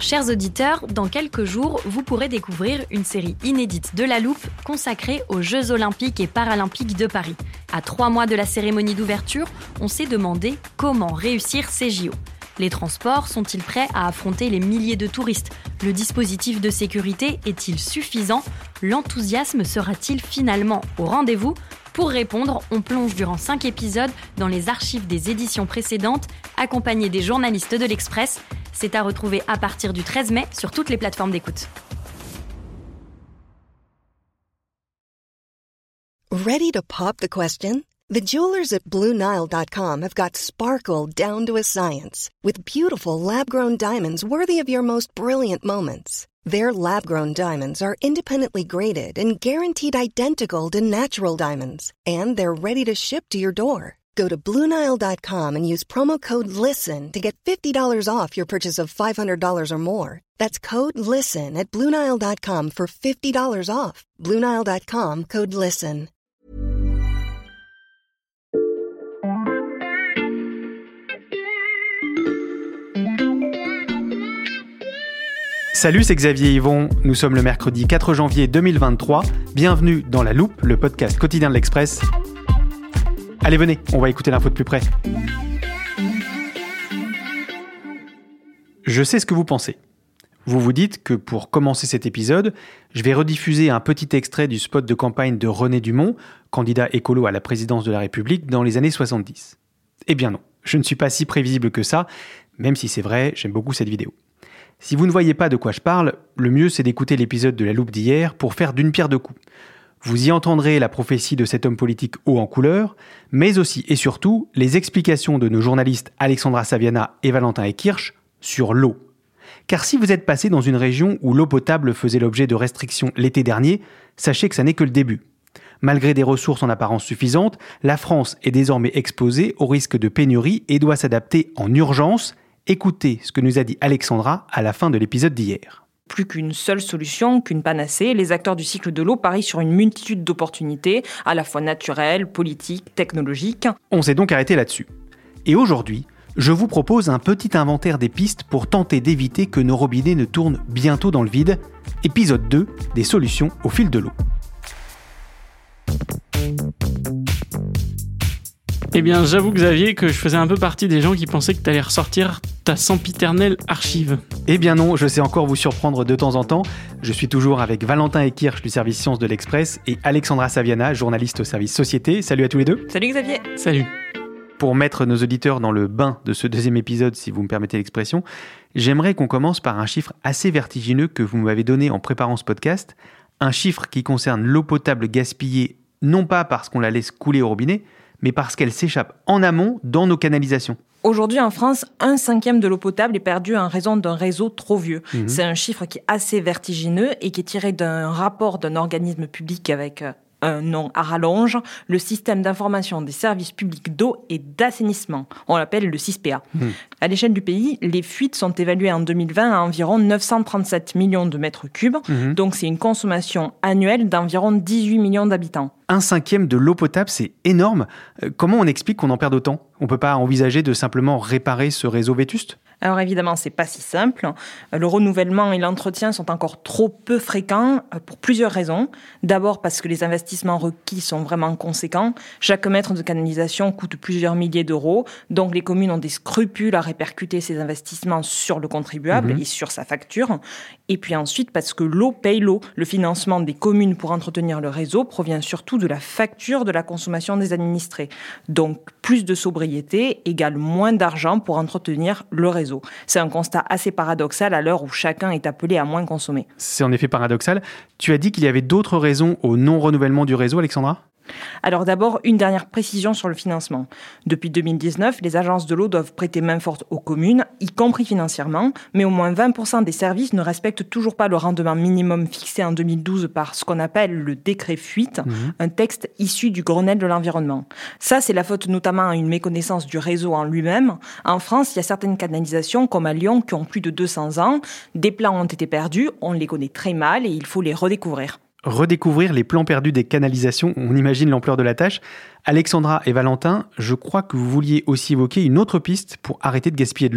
Chers auditeurs, dans quelques jours, vous pourrez découvrir une série inédite de La Loupe consacrée aux Jeux Olympiques et Paralympiques de Paris. À 3 mois de la cérémonie d'ouverture, on s'est demandé comment réussir ces JO. Les transports sont-ils prêts à affronter les milliers de touristes ? Le dispositif de sécurité est-il suffisant ? L'enthousiasme sera-t-il finalement au rendez-vous ? Pour répondre, on plonge durant 5 épisodes dans les archives des éditions précédentes, accompagnés des journalistes de l'Express. C'est à retrouver à partir du 13 mai sur toutes les plateformes d'écoute. Ready to pop the question? The jewelers at BlueNile.com have got sparkle down to a science with beautiful lab-grown diamonds worthy of your most brilliant moments. Their lab-grown diamonds are independently graded and guaranteed identical to natural diamonds, and they're ready to ship to your door. Go to BlueNile.com and use promo code LISTEN to get $50 off your purchase of $500 or more. That's code LISTEN at BlueNile.com for $50 off. BlueNile.com, code LISTEN. Salut, c'est Xavier Yvon. Nous sommes le mercredi 4 janvier 2023. Bienvenue dans La Loupe, le podcast quotidien de l'Express. Allez, venez, on va écouter l'info de plus près. Je sais ce que vous pensez. Vous vous dites que pour commencer cet épisode, je vais rediffuser un petit extrait du spot de campagne de René Dumont, candidat écolo à la présidence de la République dans les années 70. Eh bien non, je ne suis pas si prévisible que ça, même si c'est vrai, j'aime beaucoup cette vidéo. Si vous ne voyez pas de quoi je parle, le mieux c'est d'écouter l'épisode de La Loupe d'hier pour faire d'une pierre deux coups. Vous y entendrez la prophétie de cet homme politique haut en couleur, mais aussi et surtout les explications de nos journalistes Alexandra Saviana et Valentin Ekirch sur l'eau. Car si vous êtes passé dans une région où l'eau potable faisait l'objet de restrictions l'été dernier, sachez que ça n'est que le début. Malgré des ressources en apparence suffisantes, la France est désormais exposée au risque de pénurie et doit s'adapter en urgence. Écoutez ce que nous a dit Alexandra à la fin de l'épisode d'hier. Plus qu'une seule solution, qu'une panacée, les acteurs du cycle de l'eau parient sur une multitude d'opportunités, à la fois naturelles, politiques, technologiques. On s'est donc arrêté là-dessus. Et aujourd'hui, je vous propose un petit inventaire des pistes pour tenter d'éviter que nos robinets ne tournent bientôt dans le vide. Épisode 2, des solutions au fil de l'eau. Eh bien, j'avoue, Xavier, que je faisais un peu partie des gens qui pensaient que t'allais ressortir ta sempiternelle archive. Eh bien non, je sais encore vous surprendre de temps en temps. Je suis toujours avec Valentin Ekirch du service Sciences de l'Express et Alexandra Saviana, journaliste au service Société. Salut à tous les deux. Salut Xavier. Salut. Pour mettre nos auditeurs dans le bain de ce deuxième épisode, si vous me permettez l'expression, j'aimerais qu'on commence par un chiffre assez vertigineux que vous m'avez donné en préparant ce podcast. Un chiffre qui concerne l'eau potable gaspillée, non pas parce qu'on la laisse couler au robinet, mais parce qu'elle s'échappe en amont dans nos canalisations. Aujourd'hui, en France, 1/5 de l'eau potable est perdue en raison d'un réseau trop vieux. C'est un chiffre qui est assez vertigineux et qui est tiré d'un rapport d'un organisme public avec un nom à rallonge, le système d'information des services publics d'eau et d'assainissement. On l'appelle le SISPA. À l'échelle du pays, les fuites sont évaluées en 2020 à environ 937 millions de mètres cubes. Donc c'est une consommation annuelle d'environ 18 millions d'habitants. 1/5 de l'eau potable, c'est énorme. Comment on explique qu'on en perde autant ? On ne peut pas envisager de simplement réparer ce réseau vétuste ? Alors évidemment, c'est pas si simple. Le renouvellement et l'entretien sont encore trop peu fréquents pour plusieurs raisons. D'abord parce que les investissements requis sont vraiment conséquents. Chaque mètre de canalisation coûte plusieurs milliers d'euros. Donc les communes ont des scrupules à répercuter ces investissements sur le contribuable et sur sa facture. Et puis ensuite parce que l'eau paye l'eau. Le financement des communes pour entretenir le réseau provient surtout de la facture de la consommation des administrés. Donc plus de sobriété égale moins d'argent pour entretenir le réseau. C'est un constat assez paradoxal à l'heure où chacun est appelé à moins consommer. C'est en effet paradoxal. Tu as dit qu'il y avait d'autres raisons au non-renouvellement du réseau, Alexandra ? Alors d'abord, une dernière précision sur le financement. Depuis 2019, les agences de l'eau doivent prêter main forte aux communes, y compris financièrement, mais au moins 20% des services ne respectent toujours pas le rendement minimum fixé en 2012 par ce qu'on appelle le décret fuite, un texte issu du Grenelle de l'environnement. Ça, c'est la faute notamment à une méconnaissance du réseau en lui-même. En France, il y a certaines canalisations, comme à Lyon, qui ont plus de 200 ans. Des plans ont été perdus, on les connaît très mal et il faut les redécouvrir. Redécouvrir les plans perdus des canalisations, on imagine l'ampleur de la tâche. Alexandra et Valentin, je crois que vous vouliez aussi évoquer une autre piste pour arrêter de gaspiller de l'eau.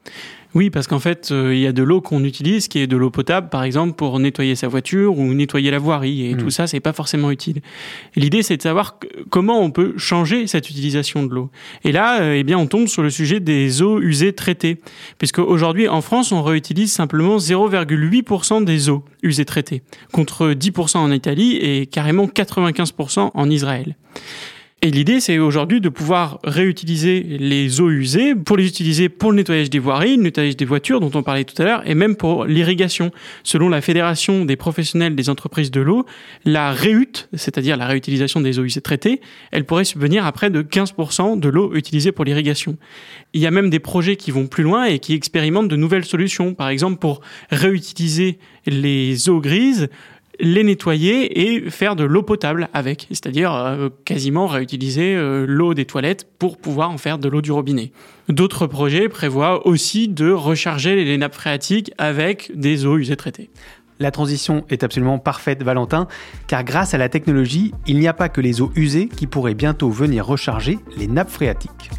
Oui, parce qu'en fait, il y a de l'eau qu'on utilise, qui est de l'eau potable, par exemple, pour nettoyer sa voiture ou nettoyer la voirie. Et tout ça, c'est pas forcément utile. Et l'idée, c'est de savoir comment on peut changer cette utilisation de l'eau. Et là, on tombe sur le sujet des eaux usées traitées. Puisque aujourd'hui, en France, on réutilise simplement 0,8% des eaux usées traitées, contre 10% en Italie et carrément 95% en Israël. Et l'idée, c'est aujourd'hui de pouvoir réutiliser les eaux usées pour les utiliser pour le nettoyage des voiries, le nettoyage des voitures dont on parlait tout à l'heure, et même pour l'irrigation. Selon la Fédération des professionnels des entreprises de l'eau, la REUT, c'est-à-dire la réutilisation des eaux usées traitées, elle pourrait subvenir à près de 15% de l'eau utilisée pour l'irrigation. Il y a même des projets qui vont plus loin et qui expérimentent de nouvelles solutions. Par exemple, pour réutiliser les eaux grises, les nettoyer et faire de l'eau potable avec, c'est-à-dire quasiment réutiliser l'eau des toilettes pour pouvoir en faire de l'eau du robinet. D'autres projets prévoient aussi de recharger les nappes phréatiques avec des eaux usées traitées. La transition est absolument parfaite, Valentin, car grâce à la technologie, il n'y a pas que les eaux usées qui pourraient bientôt venir recharger les nappes phréatiques.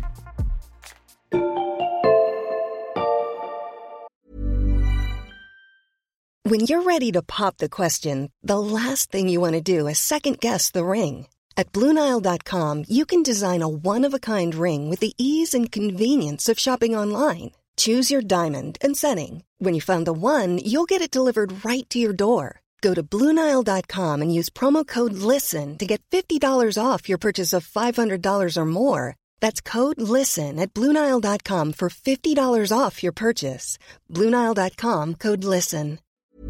When you're ready to pop the question, the last thing you want to do is second-guess the ring. At BlueNile.com, you can design a one-of-a-kind ring with the ease and convenience of shopping online. Choose your diamond and setting. When you find the one, you'll get it delivered right to your door. Go to BlueNile.com and use promo code LISTEN to get $50 off your purchase of $500 or more. That's code LISTEN at BlueNile.com for $50 off your purchase. BlueNile.com, code LISTEN.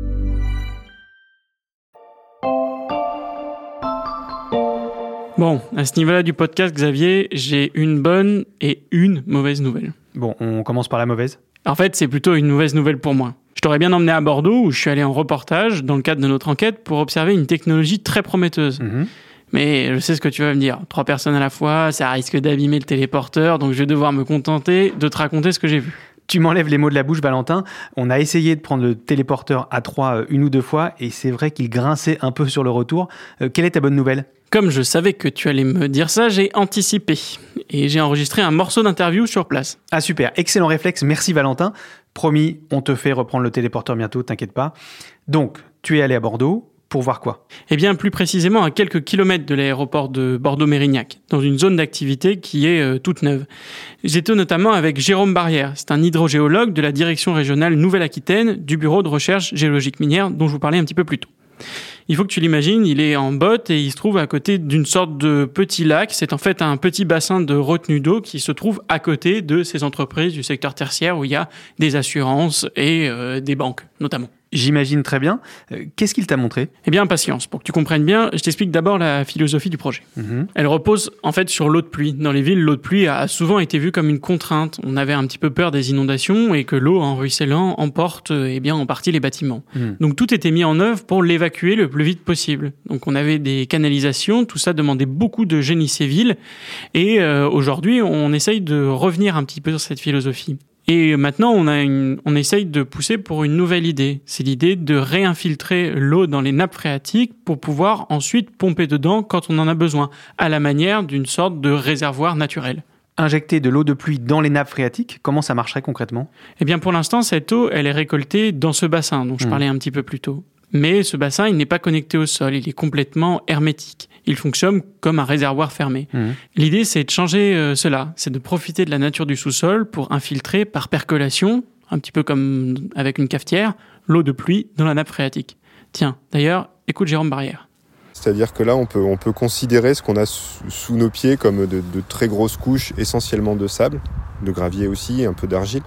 Bon, à ce niveau-là du podcast, Xavier, j'ai une bonne et une mauvaise nouvelle. Bon, on commence par la mauvaise. En fait, c'est plutôt une mauvaise nouvelle pour moi. Je t'aurais bien emmené à Bordeaux, où je suis allé en reportage, dans le cadre de notre enquête, pour observer une technologie très prometteuse. Mais je sais ce que tu vas me dire. 3 personnes à la fois, ça risque d'abîmer le téléporteur, donc je vais devoir me contenter de te raconter ce que j'ai vu. Tu m'enlèves les mots de la bouche, Valentin. On a essayé de prendre le téléporteur à 3 une ou deux fois, et c'est vrai qu'il grinçait un peu sur le retour. Quelle est ta bonne nouvelle ? Comme je savais que tu allais me dire ça, j'ai anticipé. Et j'ai enregistré un morceau d'interview sur place. Ah super, excellent réflexe, merci Valentin. Promis, on te fait reprendre le téléporteur bientôt, t'inquiète pas. Donc, tu es allé à Bordeaux, pour voir quoi ? Eh bien, plus précisément à quelques kilomètres de l'aéroport de Bordeaux-Mérignac, dans une zone d'activité qui est toute neuve. J'étais notamment avec Jérôme Barrière, c'est un hydrogéologue de la direction régionale Nouvelle-Aquitaine du bureau de recherche géologique minière dont je vous parlais un petit peu plus tôt. Il faut que tu l'imagines, il est en botte et il se trouve à côté d'une sorte de petit lac. C'est en fait un petit bassin de retenue d'eau qui se trouve à côté de ces entreprises du secteur tertiaire où il y a des assurances et des banques, notamment. J'imagine très bien. Qu'est-ce qu'il t'a montré ? Eh bien, patience. Pour que tu comprennes bien, je t'explique d'abord la philosophie du projet. Elle repose en fait sur l'eau de pluie. Dans les villes, l'eau de pluie a souvent été vue comme une contrainte. On avait un petit peu peur des inondations et que l'eau, en ruisselant, emporte en partie les bâtiments. Donc tout était mis en œuvre pour l'évacuer le plus vite possible. Donc on avait des canalisations, tout ça demandait beaucoup de génie civil. Et aujourd'hui, on essaye de revenir un petit peu sur cette philosophie. Et maintenant, on essaye de pousser pour une nouvelle idée. C'est l'idée de réinfiltrer l'eau dans les nappes phréatiques pour pouvoir ensuite pomper dedans quand on en a besoin, à la manière d'une sorte de réservoir naturel. Injecter de l'eau de pluie dans les nappes phréatiques, comment ça marcherait concrètement ? Eh bien, pour l'instant, cette eau, elle est récoltée dans ce bassin dont je parlais un petit peu plus tôt. Mais ce bassin, il n'est pas connecté au sol, il est complètement hermétique. Il fonctionne comme un réservoir fermé. L'idée, c'est de changer cela, c'est de profiter de la nature du sous-sol pour infiltrer par percolation, un petit peu comme avec une cafetière, l'eau de pluie dans la nappe phréatique. Tiens, d'ailleurs, écoute Jérôme Barrière. C'est-à-dire que là, on peut considérer ce qu'on a sous nos pieds comme de très grosses couches, essentiellement de sable, de gravier aussi, un peu d'argile.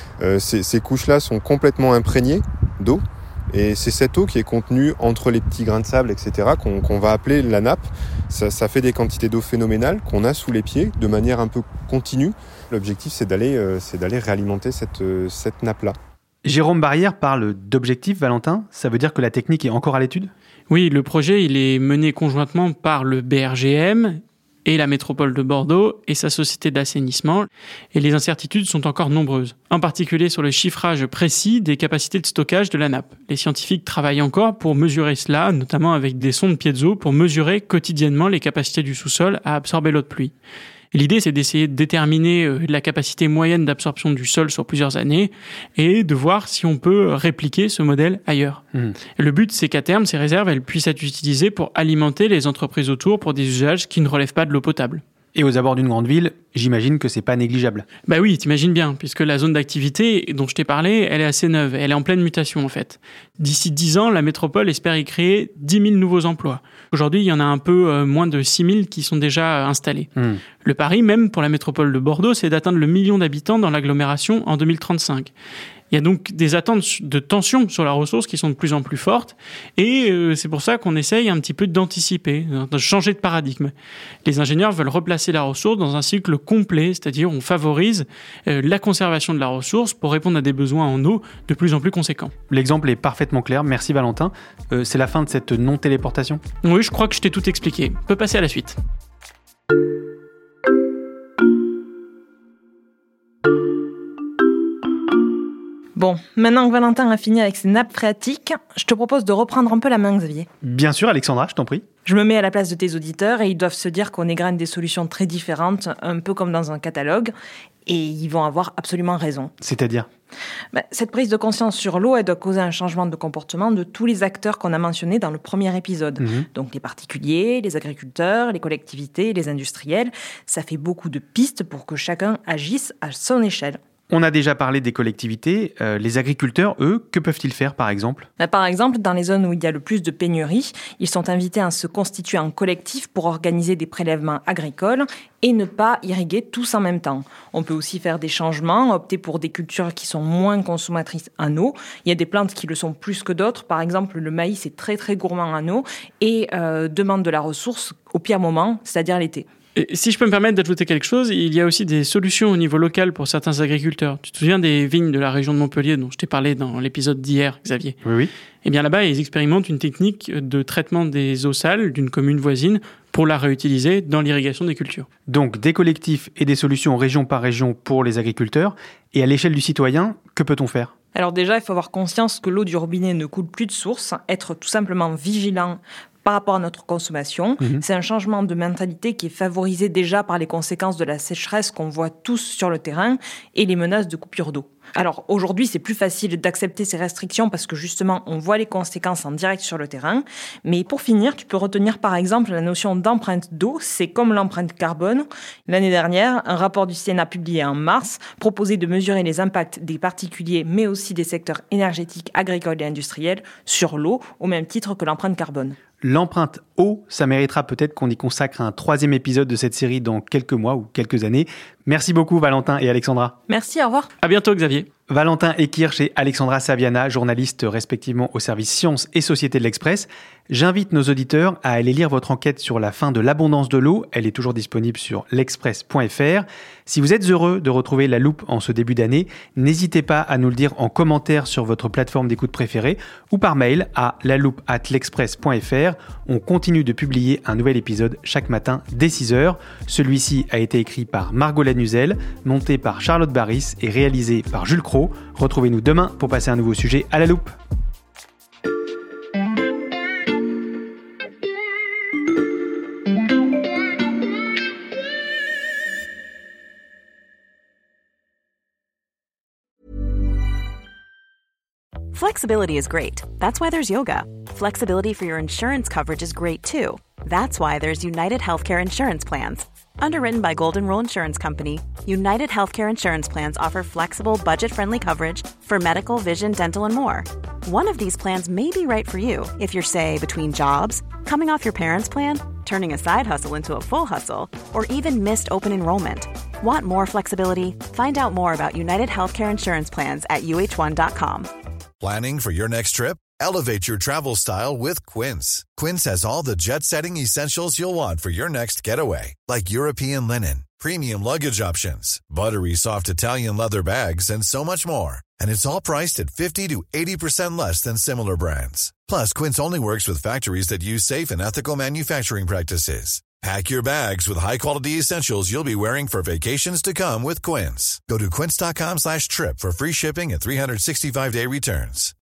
Ces couches-là sont complètement imprégnées d'eau. Et c'est cette eau qui est contenue entre les petits grains de sable, etc., qu'on va appeler la nappe. Ça fait des quantités d'eau phénoménales qu'on a sous les pieds de manière un peu continue. L'objectif, c'est d'aller réalimenter cette nappe-là. Jérôme Barrière parle d'objectif, Valentin. Ça veut dire que la technique est encore à l'étude ? Oui, le projet il est mené conjointement par le BRGM et la métropole de Bordeaux et sa société d'assainissement. Et les incertitudes sont encore nombreuses, en particulier sur le chiffrage précis des capacités de stockage de la nappe. Les scientifiques travaillent encore pour mesurer cela, notamment avec des sondes piezo pour mesurer quotidiennement les capacités du sous-sol à absorber l'eau de pluie. L'idée, c'est d'essayer de déterminer la capacité moyenne d'absorption du sol sur plusieurs années et de voir si on peut répliquer ce modèle ailleurs. Et le but, c'est qu'à terme, ces réserves, elles puissent être utilisées pour alimenter les entreprises autour pour des usages qui ne relèvent pas de l'eau potable. Et aux abords d'une grande ville, j'imagine que c'est pas négligeable. Bah oui, t'imagines bien, puisque la zone d'activité dont je t'ai parlé, elle est assez neuve, elle est en pleine mutation en fait. D'ici 10 ans, la métropole espère y créer 10 000 nouveaux emplois. Aujourd'hui, il y en a un peu moins de 6 000 qui sont déjà installés. Le pari, même pour la métropole de Bordeaux, c'est d'atteindre le 1 million d'habitants dans l'agglomération en 2035. Il y a donc des attentes de tension sur la ressource qui sont de plus en plus fortes et c'est pour ça qu'on essaye un petit peu d'anticiper, de changer de paradigme. Les ingénieurs veulent replacer la ressource dans un cycle complet, c'est-à-dire on favorise la conservation de la ressource pour répondre à des besoins en eau de plus en plus conséquents. L'exemple est parfaitement clair, merci Valentin. C'est la fin de cette non-téléportation ? Oui, je crois que je t'ai tout expliqué. On peut passer à la suite. Bon, maintenant que Valentin a fini avec ses nappes phréatiques, je te propose de reprendre un peu la main, Xavier. Bien sûr, Alexandra, je t'en prie. Je me mets à la place de tes auditeurs et ils doivent se dire qu'on égrène des solutions très différentes, un peu comme dans un catalogue, et ils vont avoir absolument raison. C'est-à-dire ? Cette prise de conscience sur l'eau, elle doit causer un changement de comportement de tous les acteurs qu'on a mentionnés dans le premier épisode. Donc les particuliers, les agriculteurs, les collectivités, les industriels. Ça fait beaucoup de pistes pour que chacun agisse à son échelle. On a déjà parlé des collectivités. Les agriculteurs, eux, que peuvent-ils faire, par exemple ? Par exemple, dans les zones où il y a le plus de pénurie, ils sont invités à se constituer en collectif pour organiser des prélèvements agricoles et ne pas irriguer tous en même temps. On peut aussi faire des changements, opter pour des cultures qui sont moins consommatrices en eau. Il y a des plantes qui le sont plus que d'autres. Par exemple, le maïs est très très gourmand en eau et demande de la ressource au pire moment, c'est-à-dire l'été. Et si je peux me permettre d'ajouter quelque chose, il y a aussi des solutions au niveau local pour certains agriculteurs. Tu te souviens des vignes de la région de Montpellier dont je t'ai parlé dans l'épisode d'hier, Xavier ? Oui. Eh bien là-bas, ils expérimentent une technique de traitement des eaux sales d'une commune voisine pour la réutiliser dans l'irrigation des cultures. Donc des collectifs et des solutions région par région pour les agriculteurs. Et à l'échelle du citoyen, que peut-on faire ? Alors déjà, il faut avoir conscience que l'eau du robinet ne coule plus de source, être tout simplement vigilant par rapport à notre consommation. C'est un changement de mentalité qui est favorisé déjà par les conséquences de la sécheresse qu'on voit tous sur le terrain et les menaces de coupure d'eau. Alors aujourd'hui, c'est plus facile d'accepter ces restrictions parce que justement, on voit les conséquences en direct sur le terrain. Mais pour finir, tu peux retenir par exemple la notion d'empreinte d'eau. C'est comme l'empreinte carbone. L'année dernière, un rapport du Sénat publié en mars proposait de mesurer les impacts des particuliers, mais aussi des secteurs énergétiques, agricoles et industriels sur l'eau, au même titre que l'empreinte carbone. L'empreinte eau, ça méritera peut-être qu'on y consacre un 3e épisode de cette série dans quelques mois ou quelques années. Merci beaucoup Valentin et Alexandra. Merci, au revoir. À bientôt Xavier. Valentin Ekirch et Alexandra Saviana, journalistes respectivement au service Sciences et Société de l'Express. J'invite nos auditeurs à aller lire votre enquête sur la fin de l'abondance de l'eau. Elle est toujours disponible sur l'express.fr. Si vous êtes heureux de retrouver La Loupe en ce début d'année, n'hésitez pas à nous le dire en commentaire sur votre plateforme d'écoute préférée ou par mail à laloupe@l'express.fr. On continue de publier un nouvel épisode chaque matin dès 6h. Celui-ci a été écrit par Margot Lanuzel, monté par Charlotte Baris et réalisé par Jules Cros. Retrouvez-nous demain pour passer un nouveau sujet à la loupe. Flexibility is great. That's why there's yoga. Flexibility for your insurance coverage is great too. That's why there's United Healthcare Insurance Plans. Underwritten by Golden Rule Insurance Company, United Healthcare Insurance Plans offer flexible, budget-friendly coverage for medical, vision, dental, and more. One of these plans may be right for you if you're, say, between jobs, coming off your parents' plan, turning a side hustle into a full hustle, or even missed open enrollment. Want more flexibility? Find out more about United Healthcare Insurance Plans at uh1.com. Planning for your next trip? Elevate your travel style with Quince. Quince has all the jet-setting essentials you'll want for your next getaway, like European linen, premium luggage options, buttery soft Italian leather bags, and so much more. And it's all priced at 50 to 80% less than similar brands. Plus, Quince only works with factories that use safe and ethical manufacturing practices. Pack your bags with high-quality essentials you'll be wearing for vacations to come with Quince. Go to quince.com/trip for free shipping and 365-day returns.